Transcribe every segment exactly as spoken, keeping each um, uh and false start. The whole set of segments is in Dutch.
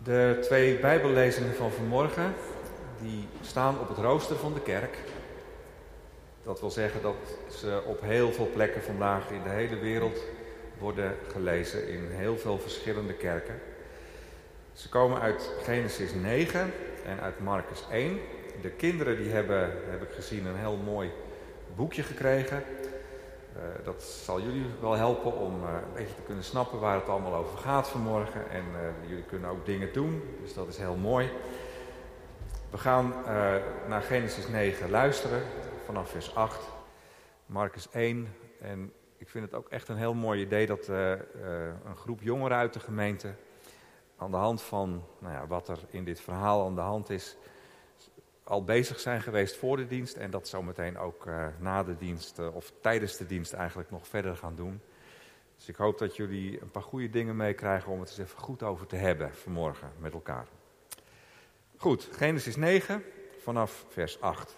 De twee Bijbellezingen van vanmorgen die staan op het rooster van de kerk. Dat wil zeggen dat ze op heel veel plekken vandaag in de hele wereld worden gelezen in heel veel verschillende kerken. Ze komen uit Genesis negen en uit Marcus één. De kinderen die hebben, heb ik gezien, een heel mooi boekje gekregen. Uh, dat zal jullie wel helpen om uh, een beetje te kunnen snappen waar het allemaal over gaat vanmorgen. En uh, jullie kunnen ook dingen doen, dus dat is heel mooi. We gaan uh, naar Genesis negen luisteren, vanaf vers acht, Marcus één. En ik vind het ook echt een heel mooi idee dat uh, uh, een groep jongeren uit de gemeente aan de hand van nou ja, wat er in dit verhaal aan de hand is, al bezig zijn geweest voor de dienst en dat zometeen ook uh, na de dienst uh, of tijdens de dienst eigenlijk nog verder gaan doen. Dus ik hoop dat jullie een paar goede dingen meekrijgen om het eens even goed over te hebben vanmorgen met elkaar. Goed, Genesis negen vanaf vers acht.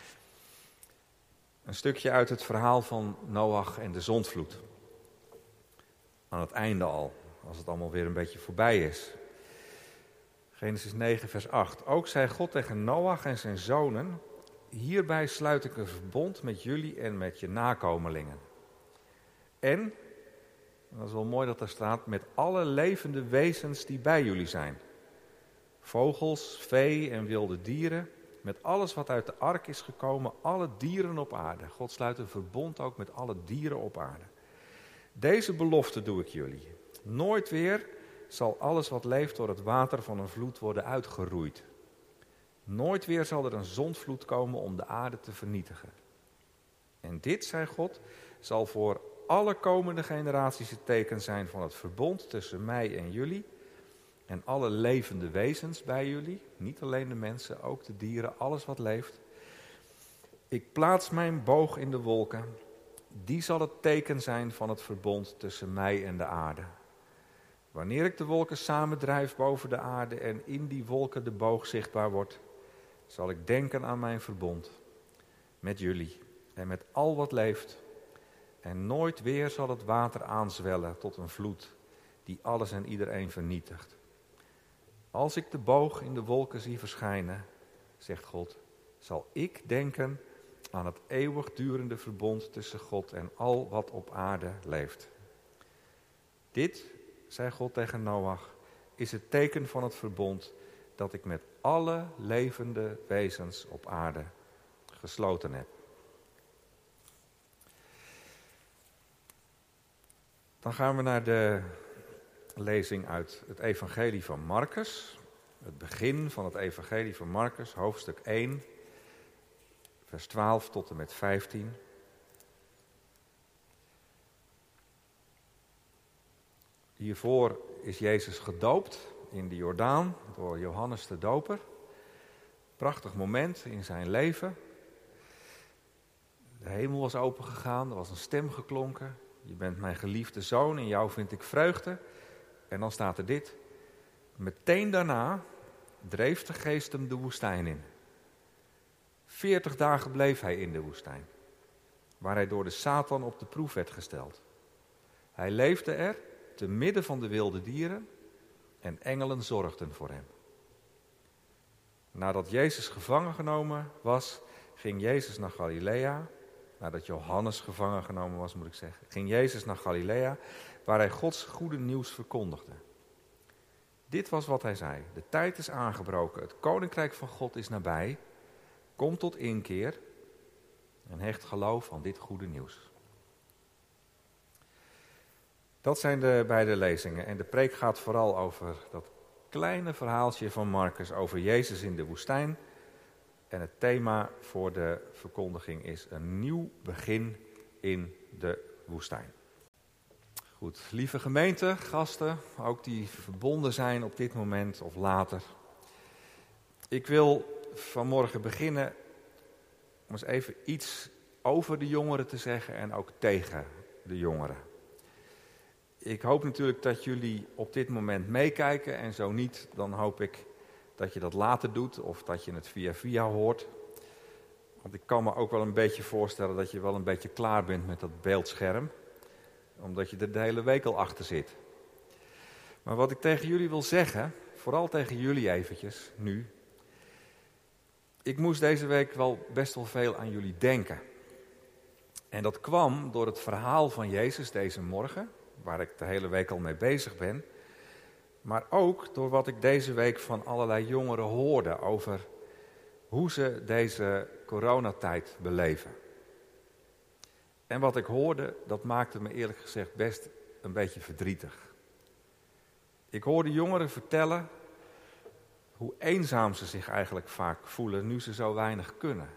Een stukje uit het verhaal van Noach en de zondvloed. Aan het einde al, als het allemaal weer een beetje voorbij is. Genesis negen vers acht. Ook zei God tegen Noach en zijn zonen: hierbij sluit ik een verbond met jullie en met je nakomelingen. En, dat is wel mooi dat er staat, met alle levende wezens die bij jullie zijn. Vogels, vee en wilde dieren, met alles wat uit de ark is gekomen, alle dieren op aarde. God sluit een verbond ook met alle dieren op aarde. Deze belofte doe ik jullie. Nooit weer zal alles wat leeft door het water van een vloed worden uitgeroeid. Nooit weer zal er een zondvloed komen om de aarde te vernietigen. En dit, zei God, zal voor alle komende generaties het teken zijn van het verbond tussen mij en jullie en alle levende wezens bij jullie. Niet alleen de mensen, ook de dieren, alles wat leeft. Ik plaats mijn boog in de wolken. Die zal het teken zijn van het verbond tussen mij en de aarde. Wanneer ik de wolken samendrijf boven de aarde en in die wolken de boog zichtbaar wordt, zal ik denken aan mijn verbond met jullie en met al wat leeft. En nooit weer zal het water aanzwellen tot een vloed die alles en iedereen vernietigt. Als ik de boog in de wolken zie verschijnen, zegt God, zal ik denken aan het eeuwigdurende verbond tussen God en al wat op aarde leeft. Dit, zei God tegen Noach, is het teken van het verbond dat ik met alle levende wezens op aarde gesloten heb. Dan gaan we naar de lezing uit het evangelie van Marcus. Het begin van het evangelie van Marcus, hoofdstuk één, vers twaalf tot en met vijftien. Hiervoor is Jezus gedoopt in de Jordaan door Johannes de Doper. Prachtig moment in zijn leven. De hemel was opengegaan, er was een stem geklonken. Je bent mijn geliefde zoon, in jou vind ik vreugde. En dan staat er dit. Meteen daarna dreef de geest hem de woestijn in. Veertig dagen bleef hij in de woestijn, waar hij door de Satan op de proef werd gesteld. Hij leefde er te midden van de wilde dieren en engelen zorgden voor hem. Nadat Jezus gevangen genomen was, ging Jezus naar Galilea. Nadat Johannes gevangen genomen was, moet ik zeggen, ging Jezus naar Galilea, waar hij Gods goede nieuws verkondigde. Dit was wat hij zei. De tijd is aangebroken, het koninkrijk van God is nabij. Kom tot inkeer en hecht geloof aan dit goede nieuws. Dat zijn de beide lezingen. En de preek gaat vooral over dat kleine verhaaltje van Marcus over Jezus in de woestijn. En het thema voor de verkondiging is een nieuw begin in de woestijn. Goed, lieve gemeente, gasten, ook die verbonden zijn op dit moment of later. Ik wil vanmorgen beginnen om eens even iets over de jongeren te zeggen en ook tegen de jongeren. Ik hoop natuurlijk dat jullie op dit moment meekijken en zo niet, dan hoop ik dat je dat later doet of dat je het via via hoort. Want ik kan me ook wel een beetje voorstellen dat je wel een beetje klaar bent met dat beeldscherm, omdat je er de hele week al achter zit. Maar wat ik tegen jullie wil zeggen vooral tegen jullie eventjes, nu. Ik moest deze week wel best wel veel aan jullie denken. En dat kwam door het verhaal van Jezus deze morgen, waar ik de hele week al mee bezig ben. Maar ook door wat ik deze week van allerlei jongeren hoorde over hoe ze deze coronatijd beleven. En wat ik hoorde, dat maakte me eerlijk gezegd best een beetje verdrietig. Ik hoorde jongeren vertellen hoe eenzaam ze zich eigenlijk vaak voelen nu ze zo weinig kunnen.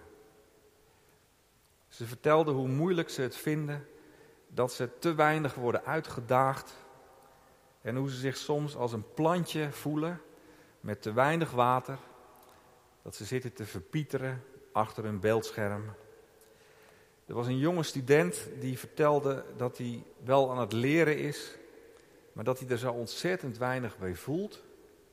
Ze vertelden hoe moeilijk ze het vinden dat ze te weinig worden uitgedaagd en hoe ze zich soms als een plantje voelen met te weinig water, dat ze zitten te verpieteren achter hun beeldscherm. Er was een jonge student die vertelde dat hij wel aan het leren is, maar dat hij er zo ontzettend weinig bij voelt.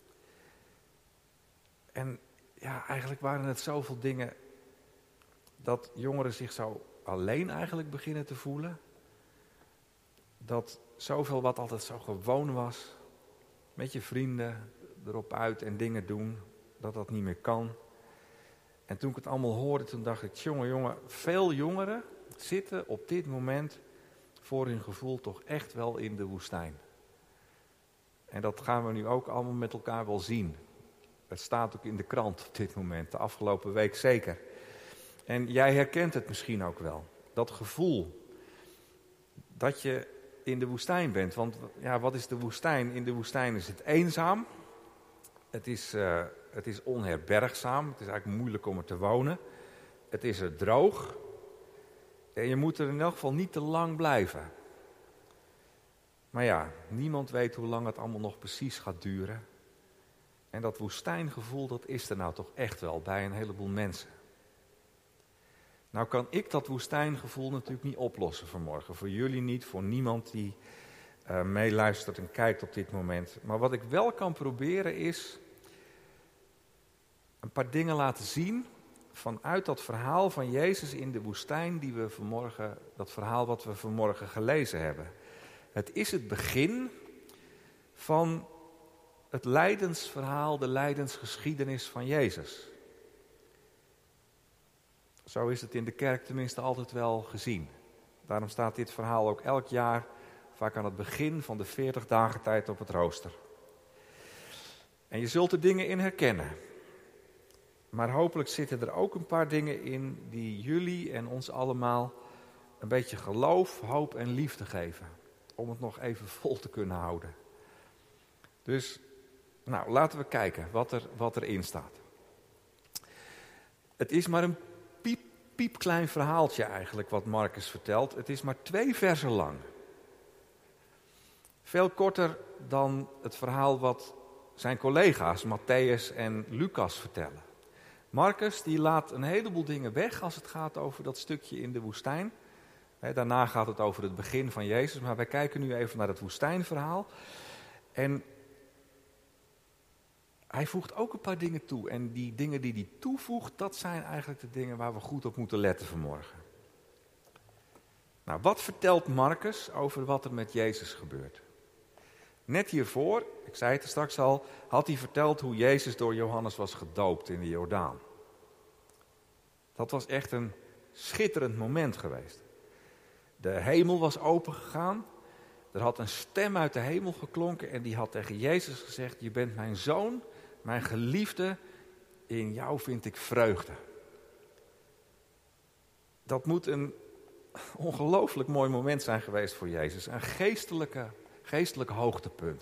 En ja, eigenlijk waren het zoveel dingen dat jongeren zich zo alleen eigenlijk beginnen te voelen. Dat zoveel wat altijd zo gewoon was, met je vrienden erop uit en dingen doen, dat dat niet meer kan. En toen ik het allemaal hoorde, toen dacht ik, jongen, jongen, veel jongeren zitten op dit moment voor hun gevoel toch echt wel in de woestijn. En dat gaan we nu ook allemaal met elkaar wel zien. Het staat ook in de krant op dit moment, de afgelopen week zeker. En jij herkent het misschien ook wel, dat gevoel dat je in de woestijn bent. Want ja, wat is de woestijn? In de woestijn is het eenzaam, het is, uh, het is onherbergzaam, het is eigenlijk moeilijk om er te wonen. Het is er droog en je moet er in elk geval niet te lang blijven. Maar ja, niemand weet hoe lang het allemaal nog precies gaat duren. En dat woestijngevoel, dat is er nou toch echt wel bij een heleboel mensen. Nou kan ik dat woestijngevoel natuurlijk niet oplossen vanmorgen. Voor jullie niet, voor niemand die uh, meeluistert en kijkt op dit moment. Maar wat ik wel kan proberen is een paar dingen laten zien vanuit dat verhaal van Jezus in de woestijn, die we vanmorgen, dat verhaal wat we vanmorgen gelezen hebben. Het is het begin van het lijdensverhaal, de lijdensgeschiedenis van Jezus. Zo is het in de kerk tenminste altijd wel gezien. Daarom staat dit verhaal ook elk jaar vaak aan het begin van de veertig dagen tijd op het rooster. En je zult er dingen in herkennen. Maar hopelijk zitten er ook een paar dingen in die jullie en ons allemaal een beetje geloof, hoop en liefde geven. Om het nog even vol te kunnen houden. Dus, nou, laten we kijken wat er, wat erin staat. Het is maar een piep, piepklein verhaaltje eigenlijk wat Marcus vertelt. Het is maar twee versen lang. Veel korter dan het verhaal wat zijn collega's Matthäus en Lucas vertellen. Marcus die laat een heleboel dingen weg als het gaat over dat stukje in de woestijn. He, daarna gaat het over het begin van Jezus, maar wij kijken nu even naar het woestijnverhaal. En hij voegt ook een paar dingen toe. En die dingen die hij toevoegt, dat zijn eigenlijk de dingen waar we goed op moeten letten vanmorgen. Nou, wat vertelt Marcus over wat er met Jezus gebeurt? Net hiervoor, ik zei het er straks al, had hij verteld hoe Jezus door Johannes was gedoopt in de Jordaan. Dat was echt een schitterend moment geweest. De hemel was opengegaan. Er had een stem uit de hemel geklonken en die had tegen Jezus gezegd: je bent mijn zoon, mijn geliefde, in jou vind ik vreugde. Dat moet een ongelooflijk mooi moment zijn geweest voor Jezus. Een geestelijke, geestelijk hoogtepunt.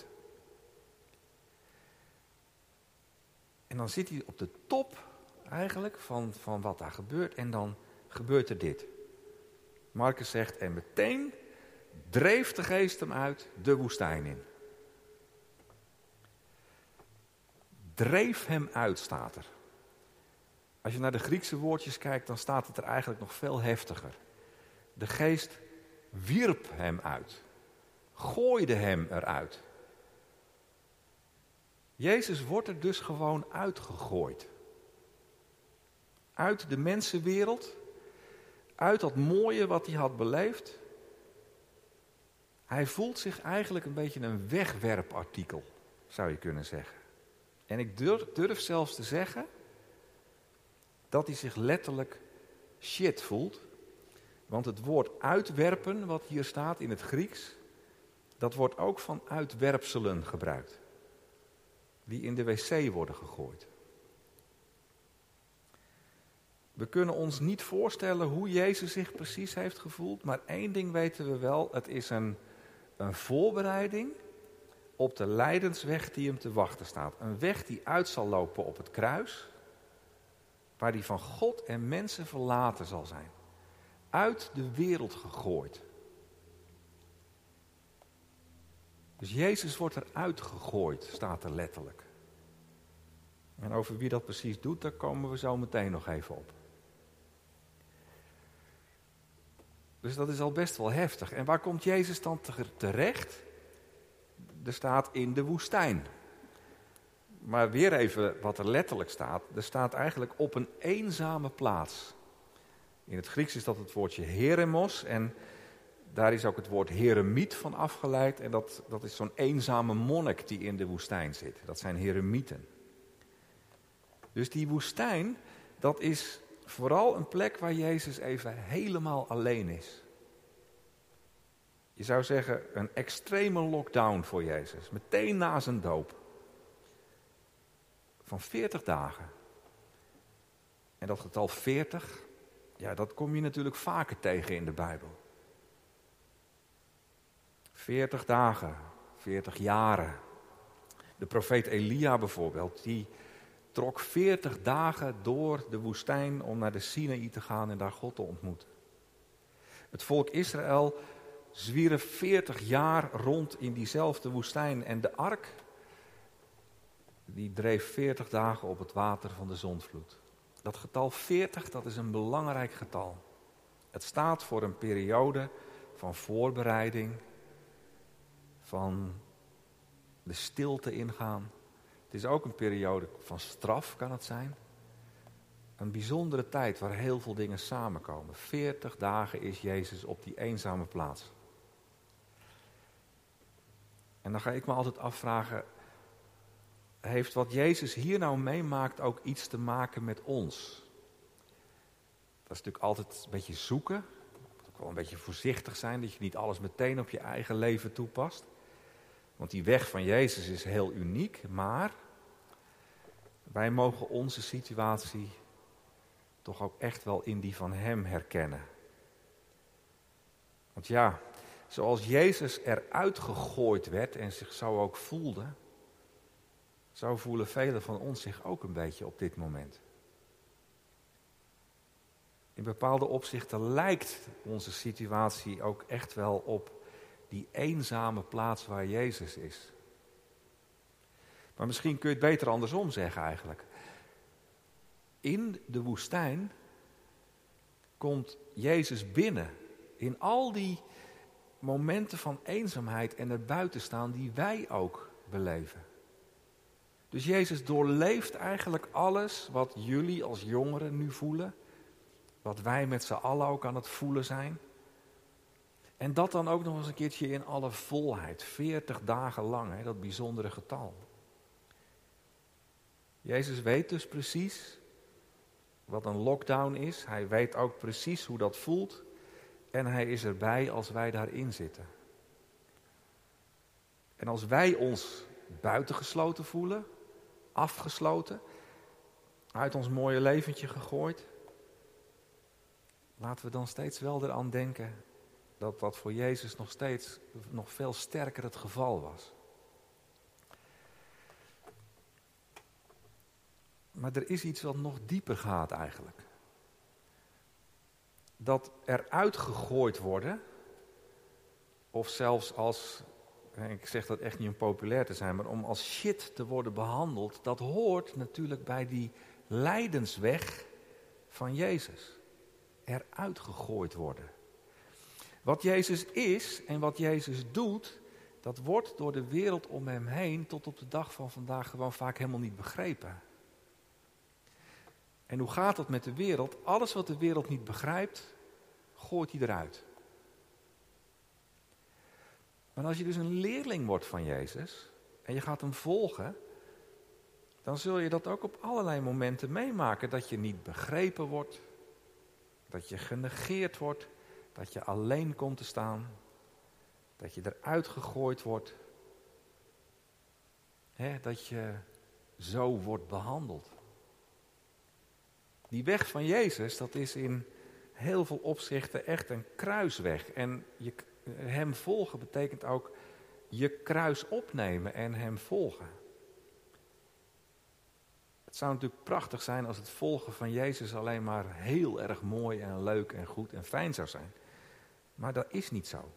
En dan zit hij op de top eigenlijk van, van wat daar gebeurt en dan gebeurt er dit. Marcus zegt, en meteen dreef de geest hem uit de woestijn in. Dreef hem uit, staat er. Als je naar de Griekse woordjes kijkt, dan staat het er eigenlijk nog veel heftiger. De geest wierp hem uit. Gooide hem eruit. Jezus wordt er dus gewoon uitgegooid. Uit de mensenwereld. Uit dat mooie wat hij had beleefd. Hij voelt zich eigenlijk een beetje een wegwerpartikel, zou je kunnen zeggen. En ik durf, durf zelfs te zeggen dat hij zich letterlijk shit voelt. Want het woord uitwerpen, wat hier staat in het Grieks, dat wordt ook van uitwerpselen gebruikt. Die in de wc worden gegooid. We kunnen ons niet voorstellen hoe Jezus zich precies heeft gevoeld, maar één ding weten we wel, het is een, een voorbereiding op de lijdensweg die hem te wachten staat. Een weg die uit zal lopen op het kruis, waar hij van God en mensen verlaten zal zijn. Uit de wereld gegooid. Dus Jezus wordt eruit gegooid, staat er letterlijk. En over wie dat precies doet, daar komen we zo meteen nog even op. Dus dat is al best wel heftig. En waar komt Jezus dan terecht? Er staat in de woestijn. Maar weer even wat er letterlijk staat. Er staat eigenlijk op een eenzame plaats. In het Grieks is dat het woordje heremos. En daar is ook het woord heremiet van afgeleid. En dat, dat is zo'n eenzame monnik die in de woestijn zit. Dat zijn heremieten. Dus die woestijn, dat is vooral een plek waar Jezus even helemaal alleen is. Je zou zeggen een extreme lockdown voor Jezus. Meteen na zijn doop. Van veertig dagen. En dat getal veertig, ja, dat kom je natuurlijk vaker tegen in de Bijbel. veertig dagen, veertig jaren. De profeet Elia bijvoorbeeld, die trok veertig dagen door de woestijn om naar de Sinaï te gaan en daar God te ontmoeten. Het volk Israël zwierf veertig jaar rond in diezelfde woestijn en de ark, die dreef veertig dagen op het water van de zondvloed. Dat getal veertig, dat is een belangrijk getal. Het staat voor een periode van voorbereiding, van de stilte ingaan. Het is ook een periode van straf, kan het zijn. Een bijzondere tijd waar heel veel dingen samenkomen. veertig dagen is Jezus op die eenzame plaats. En dan ga ik me altijd afvragen, heeft wat Jezus hier nou meemaakt ook iets te maken met ons? Dat is natuurlijk altijd een beetje zoeken. Je moet ook wel een beetje voorzichtig zijn dat je niet alles meteen op je eigen leven toepast. Want die weg van Jezus is heel uniek, maar wij mogen onze situatie toch ook echt wel in die van Hem herkennen. Want ja, zoals Jezus eruit gegooid werd en zich zo ook voelde, zo voelen velen van ons zich ook een beetje op dit moment. In bepaalde opzichten lijkt onze situatie ook echt wel op die eenzame plaats waar Jezus is. Maar misschien kun je het beter andersom zeggen eigenlijk. In de woestijn komt Jezus binnen. In al die momenten van eenzaamheid en erbuiten staan die wij ook beleven. Dus Jezus doorleeft eigenlijk alles wat jullie als jongeren nu voelen. Wat wij met z'n allen ook aan het voelen zijn. En dat dan ook nog eens een keertje in alle volheid. veertig dagen lang, hè, dat bijzondere getal. Jezus weet dus precies wat een lockdown is. Hij weet ook precies hoe dat voelt. En hij is erbij als wij daarin zitten. En als wij ons buitengesloten voelen, afgesloten, uit ons mooie leventje gegooid, laten we dan steeds wel eraan denken dat dat voor Jezus nog steeds nog veel sterker het geval was. Maar er is iets wat nog dieper gaat eigenlijk. Dat eruit gegooid worden, of zelfs als, ik zeg dat echt niet om populair te zijn, maar om als shit te worden behandeld, dat hoort natuurlijk bij die lijdensweg van Jezus. Eruit gegooid worden. Wat Jezus is en wat Jezus doet, dat wordt door de wereld om hem heen tot op de dag van vandaag gewoon vaak helemaal niet begrepen. En hoe gaat dat met de wereld? Alles wat de wereld niet begrijpt, gooit hij eruit. Maar als je dus een leerling wordt van Jezus en je gaat hem volgen, dan zul je dat ook op allerlei momenten meemaken. Dat je niet begrepen wordt, dat je genegeerd wordt, dat je alleen komt te staan, dat je eruit gegooid wordt. He, dat je zo wordt behandeld. Die weg van Jezus, dat is in heel veel opzichten echt een kruisweg. En je, hem volgen betekent ook je kruis opnemen en hem volgen. Het zou natuurlijk prachtig zijn als het volgen van Jezus alleen maar heel erg mooi en leuk en goed en fijn zou zijn. Maar dat is niet zo.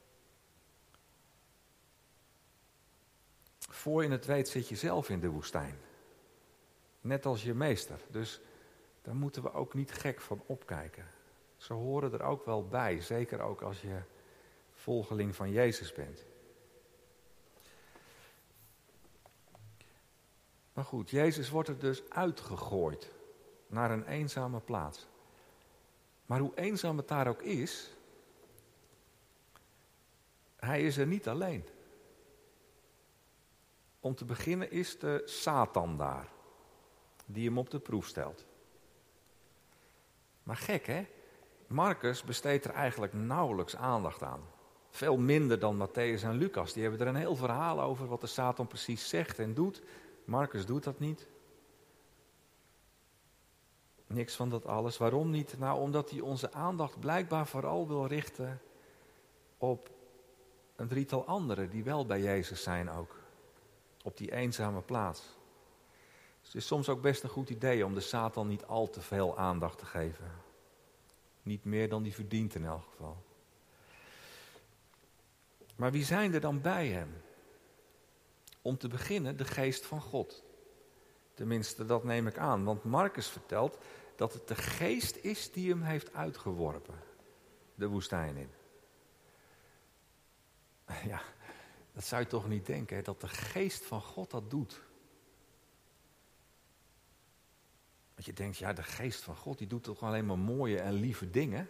Voor je het weet zit je zelf in de woestijn. Net als je meester. Dus daar moeten we ook niet gek van opkijken. Ze horen er ook wel bij. Zeker ook als je volgeling van Jezus bent. Maar goed, Jezus wordt er dus uitgegooid. Naar een eenzame plaats. Maar hoe eenzaam het daar ook is. Hij is er niet alleen. Om te beginnen is de Satan daar. Die hem op de proef stelt. Maar gek hè. Marcus besteedt er eigenlijk nauwelijks aandacht aan. Veel minder dan Matthäus en Lucas. Die hebben er een heel verhaal over wat de Satan precies zegt en doet. Marcus doet dat niet. Niks van dat alles. Waarom niet? Nou, omdat hij onze aandacht blijkbaar vooral wil richten op een drietal anderen die wel bij Jezus zijn ook. Op die eenzame plaats. Dus het is soms ook best een goed idee om de Satan niet al te veel aandacht te geven. Niet meer dan die verdient in elk geval. Maar wie zijn er dan bij hem? Om te beginnen de geest van God. Tenminste, dat neem ik aan. Want Marcus vertelt dat het de geest is die hem heeft uitgeworpen. De woestijn in. Ja, dat zou je toch niet denken, hè, dat de geest van God dat doet. Want je denkt, ja, de geest van God, die doet toch alleen maar mooie en lieve dingen?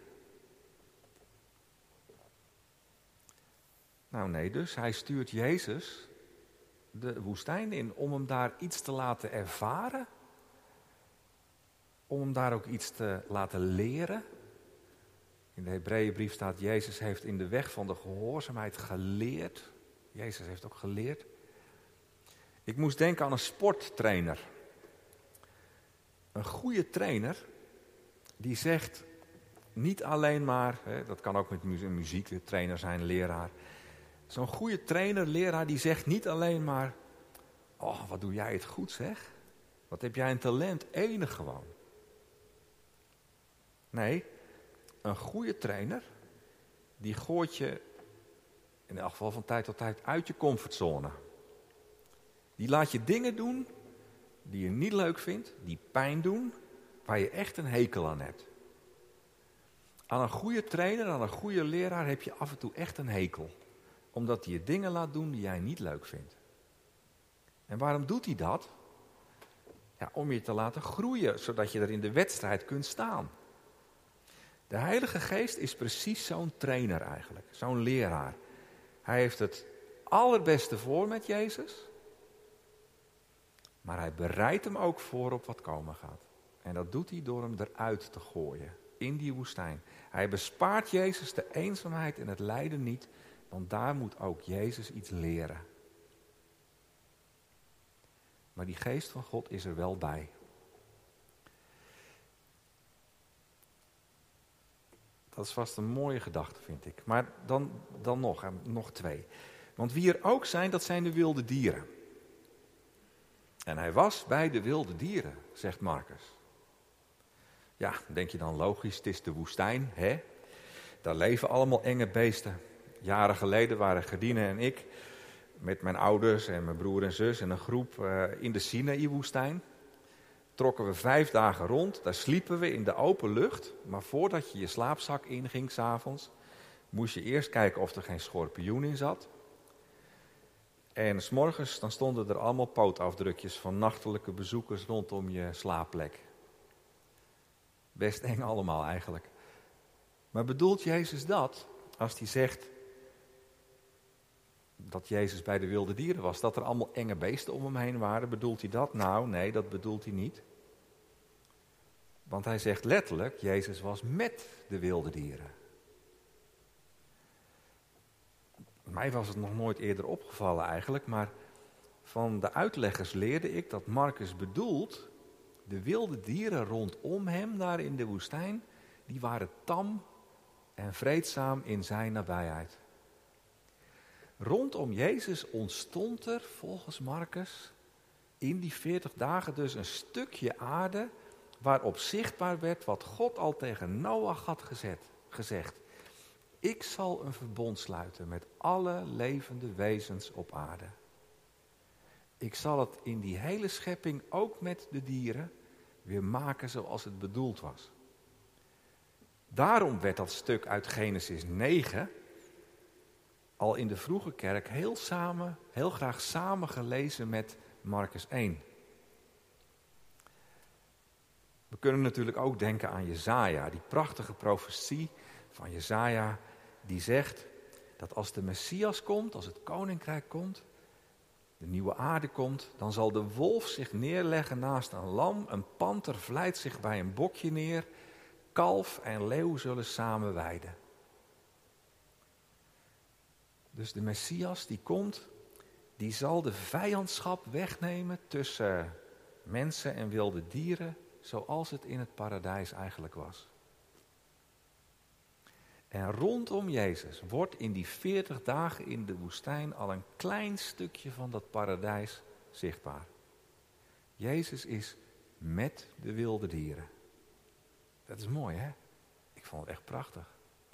Nou nee, dus hij stuurt Jezus de woestijn in om hem daar iets te laten ervaren. Om hem daar ook iets te laten leren. In de Hebreeënbrief staat, Jezus heeft in de weg van de gehoorzaamheid geleerd. Jezus heeft ook geleerd. Ik moest denken aan een sporttrainer. Een goede trainer, die zegt niet alleen maar, hè, dat kan ook met een muziektrainer zijn, leraar. Zo'n goede trainer, leraar, die zegt niet alleen maar, oh, wat doe jij het goed zeg. Wat heb jij een talent, enig gewoon. Nee, een goede trainer, die gooit je in elk geval van tijd tot tijd uit je comfortzone. Die laat je dingen doen die je niet leuk vindt, die pijn doen, waar je echt een hekel aan hebt. Aan een goede trainer, aan een goede leraar heb je af en toe echt een hekel. Omdat hij je dingen laat doen die jij niet leuk vindt. En waarom doet hij dat? Ja, om je te laten groeien, zodat je er in de wedstrijd kunt staan. De Heilige Geest is precies zo'n trainer eigenlijk, zo'n leraar. Hij heeft het allerbeste voor met Jezus. Maar hij bereidt hem ook voor op wat komen gaat. En dat doet hij door hem eruit te gooien, in die woestijn. Hij bespaart Jezus de eenzaamheid en het lijden niet, want daar moet ook Jezus iets leren. Maar die geest van God is er wel bij. Dat is vast een mooie gedachte, vind ik. Maar dan, dan nog, nog twee. Want wie er ook zijn, dat zijn de wilde dieren. En hij was bij de wilde dieren, zegt Marcus. Ja, denk je dan logisch, het is de woestijn, hè? Daar leven allemaal enge beesten. Jaren geleden waren Gerdine en ik met mijn ouders en mijn broer en zus en een groep uh, in de Sinaï-woestijn. Trokken we vijf dagen rond, daar sliepen we in de open lucht. Maar voordat je je slaapzak inging 's avonds, moest je eerst kijken of er geen schorpioen in zat. En 's morgens dan stonden er allemaal pootafdrukjes van nachtelijke bezoekers rondom je slaapplek. Best eng allemaal eigenlijk. Maar bedoelt Jezus dat als hij zegt, dat Jezus bij de wilde dieren was, dat er allemaal enge beesten om hem heen waren. Bedoelt hij dat? Nou, nee, dat bedoelt hij niet. Want hij zegt letterlijk, Jezus was met de wilde dieren. Mij was het nog nooit eerder opgevallen eigenlijk, maar van de uitleggers leerde ik dat Marcus bedoelt, de wilde dieren rondom hem daar in de woestijn, die waren tam en vreedzaam in zijn nabijheid. Rondom Jezus ontstond er, volgens Marcus, in die veertig dagen dus een stukje aarde waarop zichtbaar werd wat God al tegen Noach had gezet, gezegd. Ik zal een verbond sluiten met alle levende wezens op aarde. Ik zal het in die hele schepping, ook met de dieren, weer maken zoals het bedoeld was. Daarom werd dat stuk uit Genesis negen al in de vroege kerk heel, samen, heel graag samen gelezen met Marcus één. We kunnen natuurlijk ook denken aan Jesaja, die prachtige profetie van Jesaja, die zegt dat als de Messias komt, als het koninkrijk komt, de nieuwe aarde komt, dan zal de wolf zich neerleggen naast een lam, een panter vlijt zich bij een bokje neer, kalf en leeuw zullen samen weiden. Dus de Messias die komt, die zal de vijandschap wegnemen tussen mensen en wilde dieren, zoals het in het paradijs eigenlijk was. En rondom Jezus wordt in die veertig dagen in de woestijn al een klein stukje van dat paradijs zichtbaar. Jezus is met de wilde dieren. Dat is mooi, hè? Ik vond het echt prachtig.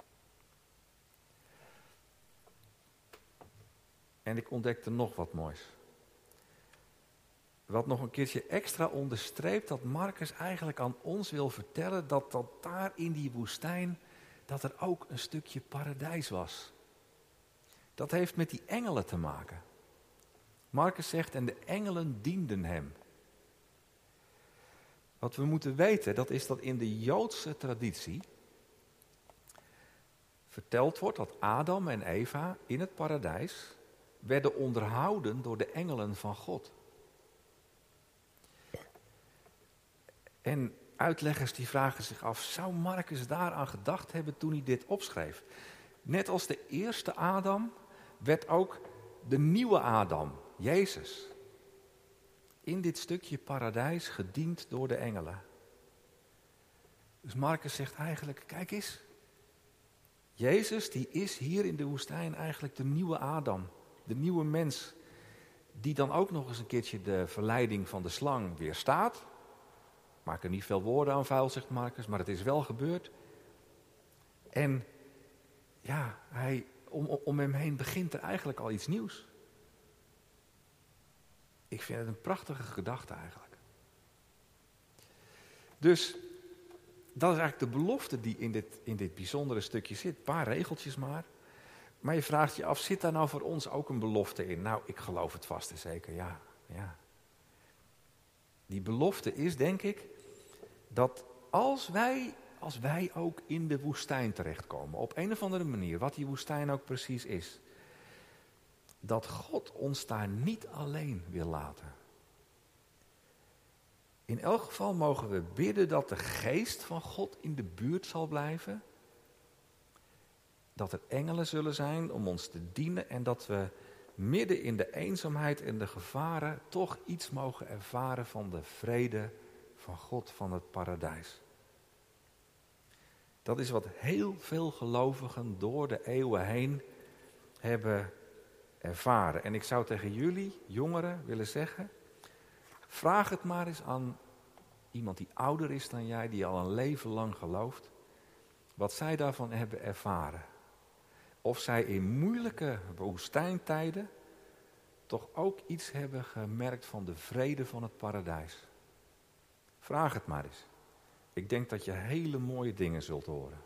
En ik ontdekte nog wat moois. Wat nog een keertje extra onderstreept dat Marcus eigenlijk aan ons wil vertellen dat, dat daar in die woestijn, dat er ook een stukje paradijs was. Dat heeft met die engelen te maken. Marcus zegt, en de engelen dienden hem. Wat we moeten weten, dat is dat in de Joodse traditie verteld wordt dat Adam en Eva in het paradijs werden onderhouden door de engelen van God. En uitleggers die vragen zich af, zou Marcus daaraan gedacht hebben toen hij dit opschreef? Net als de eerste Adam werd ook de nieuwe Adam, Jezus, in dit stukje paradijs gediend door de engelen. Dus Marcus zegt eigenlijk, kijk eens, Jezus die is hier in de woestijn eigenlijk de nieuwe Adam, de nieuwe mens, die dan ook nog eens een keertje de verleiding van de slang weerstaat. Maak er niet veel woorden aan vuil, zegt Marcus, maar het is wel gebeurd. En ja, hij, om, om hem heen begint er eigenlijk al iets nieuws. Ik vind het een prachtige gedachte eigenlijk. Dus dat is eigenlijk de belofte die in dit, in dit bijzondere stukje zit. Een paar regeltjes maar. Maar je vraagt je af, zit daar nou voor ons ook een belofte in? Nou, ik geloof het vast en zeker, ja. ja. Die belofte is, denk ik, dat als wij, als wij ook in de woestijn terechtkomen, op een of andere manier, wat die woestijn ook precies is, dat God ons daar niet alleen wil laten. In elk geval mogen we bidden dat de geest van God in de buurt zal blijven, dat er engelen zullen zijn om ons te dienen en dat we midden in de eenzaamheid en de gevaren toch iets mogen ervaren van de vrede van God, van het paradijs. Dat is wat heel veel gelovigen door de eeuwen heen hebben ervaren. En ik zou tegen jullie, jongeren, willen zeggen, vraag het maar eens aan iemand die ouder is dan jij, die al een leven lang gelooft, wat zij daarvan hebben ervaren. Of zij in moeilijke woestijntijden toch ook iets hebben gemerkt van de vrede van het paradijs. Vraag het maar eens. Ik denk dat je hele mooie dingen zult horen.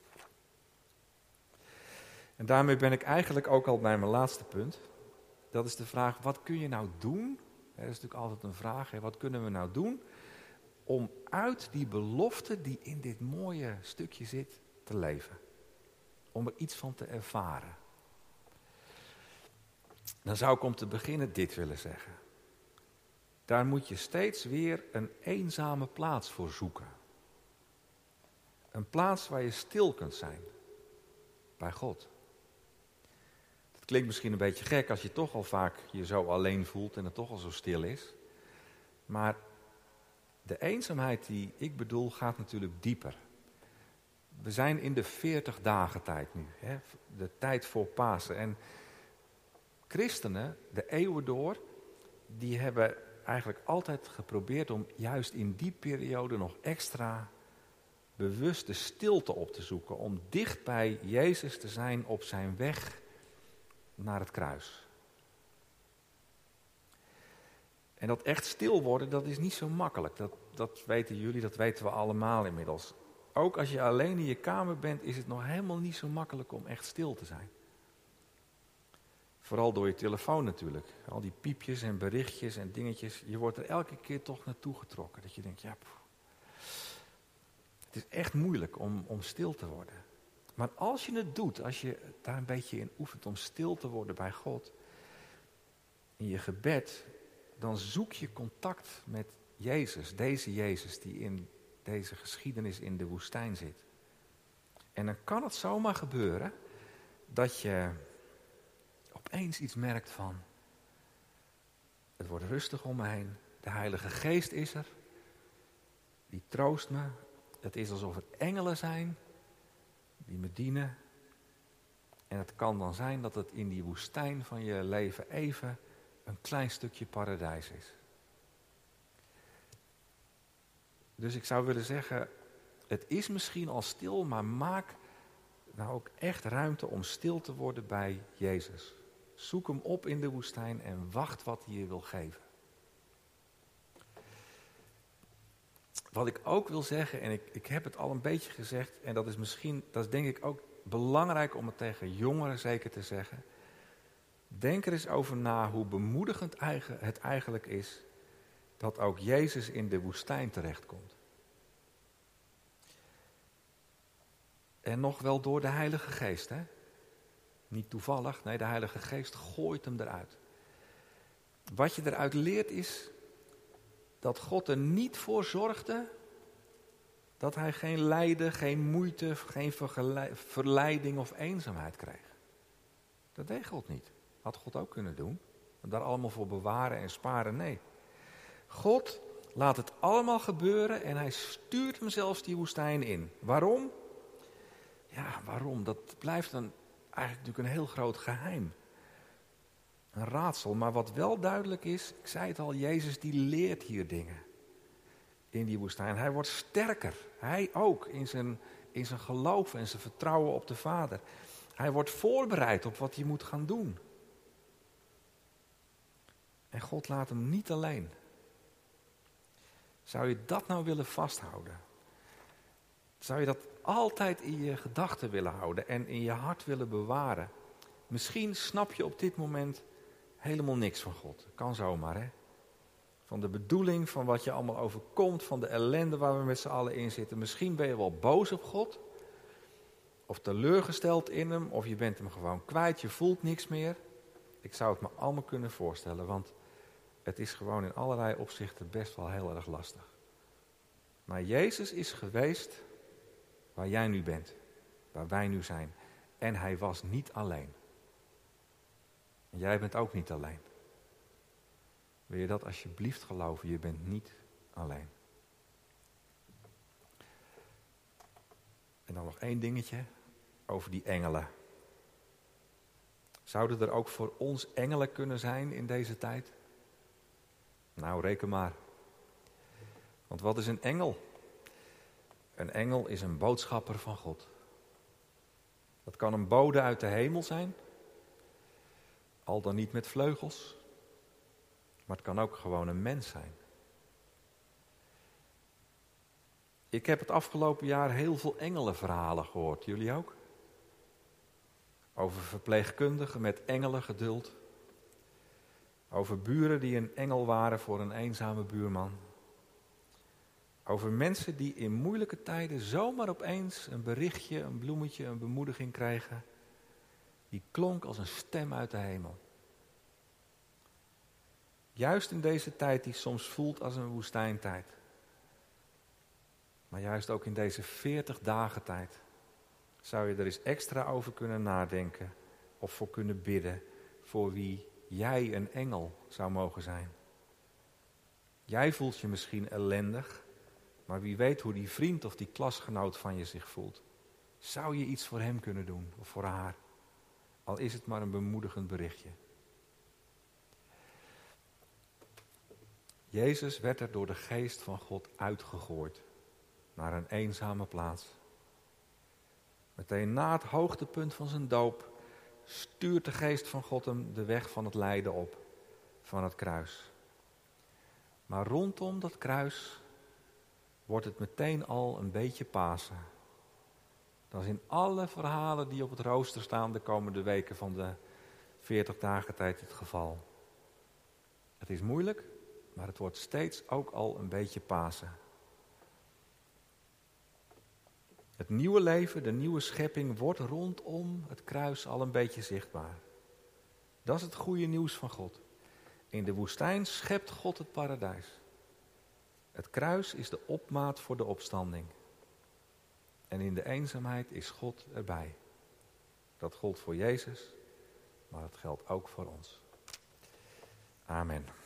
En daarmee ben ik eigenlijk ook al bij mijn laatste punt. Dat is de vraag, wat kun je nou doen? Dat is natuurlijk altijd een vraag. Hè? Wat kunnen we nou doen om uit die belofte die in dit mooie stukje zit te leven? Om er iets van te ervaren. dan zou ik om te beginnen dit willen zeggen. Daar moet je steeds weer een eenzame plaats voor zoeken. Een plaats waar je stil kunt zijn. Bij God. Het klinkt misschien een beetje gek als je toch al vaak je zo alleen voelt en het toch al zo stil is. Maar de eenzaamheid die ik bedoel gaat natuurlijk dieper. We zijn in de veertig dagen tijd nu. Hè? De tijd voor Pasen. En christenen, de eeuwen door, die hebben eigenlijk altijd geprobeerd om juist in die periode nog extra bewust de stilte op te zoeken. Om dicht bij Jezus te zijn op zijn weg naar het kruis. En dat echt stil worden, dat is niet zo makkelijk. Dat, dat weten jullie, dat weten we allemaal inmiddels. Ook als je alleen in je kamer bent, is het nog helemaal niet zo makkelijk om echt stil te zijn. Vooral door je telefoon natuurlijk. Al die piepjes en berichtjes en dingetjes. Je wordt er elke keer toch naartoe getrokken. Dat je denkt, ja, pff, het is echt moeilijk om, om stil te worden. Maar als je het doet, als je daar een beetje in oefent om stil te worden bij God, in je gebed, dan zoek je contact met Jezus. Deze Jezus die in deze geschiedenis in de woestijn zit. En dan kan het zomaar gebeuren dat je opeens iets merkt van, het wordt rustig om me heen. De Heilige Geest is er. Die troost me. Het is alsof er engelen zijn die me dienen. En het kan dan zijn dat het in die woestijn van je leven even een klein stukje paradijs is. Dus ik zou willen zeggen, het is misschien al stil, maar maak nou ook echt ruimte om stil te worden bij Jezus. Zoek hem op in de woestijn en wacht wat hij je wil geven. Wat ik ook wil zeggen, en ik, ik heb het al een beetje gezegd, en dat is misschien, dat is denk ik ook belangrijk om het tegen jongeren zeker te zeggen. Denk er eens over na hoe bemoedigend eigen, het eigenlijk is dat ook Jezus in de woestijn terechtkomt. En nog wel door de Heilige Geest, hè? Niet toevallig, nee, de Heilige Geest gooit hem eruit. Wat je eruit leert is dat God er niet voor zorgde dat hij geen lijden, geen moeite, geen verleiding of eenzaamheid kreeg. Dat deed God niet. Had God ook kunnen doen. En daar allemaal voor bewaren en sparen, nee. God laat het allemaal gebeuren en hij stuurt hem zelfs die woestijn in. Waarom? Ja, waarom? Dat blijft dan eigenlijk natuurlijk een heel groot geheim. Een raadsel, maar wat wel duidelijk is, ik zei het al, Jezus die leert hier dingen in die woestijn. Hij wordt sterker, hij ook, in zijn, in zijn geloof en zijn vertrouwen op de Vader. Hij wordt voorbereid op wat hij moet gaan doen. En God laat hem niet alleen. Zou je dat nou willen vasthouden? Zou je dat altijd in je gedachten willen houden en in je hart willen bewaren? Misschien snap je op dit moment helemaal niks van God. Kan zomaar, hè? Van de bedoeling, van wat je allemaal overkomt, van de ellende waar we met z'n allen in zitten. Misschien ben je wel boos op God, of teleurgesteld in hem, of je bent hem gewoon kwijt, je voelt niks meer. Ik zou het me allemaal kunnen voorstellen, want het is gewoon in allerlei opzichten best wel heel erg lastig. Maar Jezus is geweest waar jij nu bent, waar wij nu zijn. En hij was niet alleen. En jij bent ook niet alleen. Wil je dat alsjeblieft geloven? Je bent niet alleen. En dan nog één dingetje over die engelen. Zouden er ook voor ons engelen kunnen zijn in deze tijd? Nou, reken maar. Want wat is een engel? Een engel is een boodschapper van God. Dat kan een bode uit de hemel zijn. Al dan niet met vleugels. Maar het kan ook gewoon een mens zijn. Ik heb het afgelopen jaar heel veel engelenverhalen gehoord. Jullie ook? Over verpleegkundigen met engelengeduld. Over buren die een engel waren voor een eenzame buurman. Over mensen die in moeilijke tijden zomaar opeens een berichtje, een bloemetje, een bemoediging krijgen. Die klonk als een stem uit de hemel. Juist in deze tijd die soms voelt als een woestijntijd. Maar juist ook in deze veertig dagen tijd zou je er eens extra over kunnen nadenken of voor kunnen bidden voor wie jij een engel zou mogen zijn. Jij voelt je misschien ellendig, maar wie weet hoe die vriend of die klasgenoot van je zich voelt. Zou je iets voor hem kunnen doen of voor haar? Al is het maar een bemoedigend berichtje. Jezus werd er door de geest van God uitgegooid naar een eenzame plaats. Meteen na het hoogtepunt van zijn doop stuurt de geest van God hem de weg van het lijden op, van het kruis. Maar rondom dat kruis wordt het meteen al een beetje Pasen. Dat is in alle verhalen die op het rooster staan de komende weken van de veertig dagen tijd het geval. Het is moeilijk, maar het wordt steeds ook al een beetje Pasen. Het nieuwe leven, de nieuwe schepping, wordt rondom het kruis al een beetje zichtbaar. Dat is het goede nieuws van God. In de woestijn schept God het paradijs. Het kruis is de opmaat voor de opstanding. En in de eenzaamheid is God erbij. Dat gold voor Jezus, maar het geldt ook voor ons. Amen.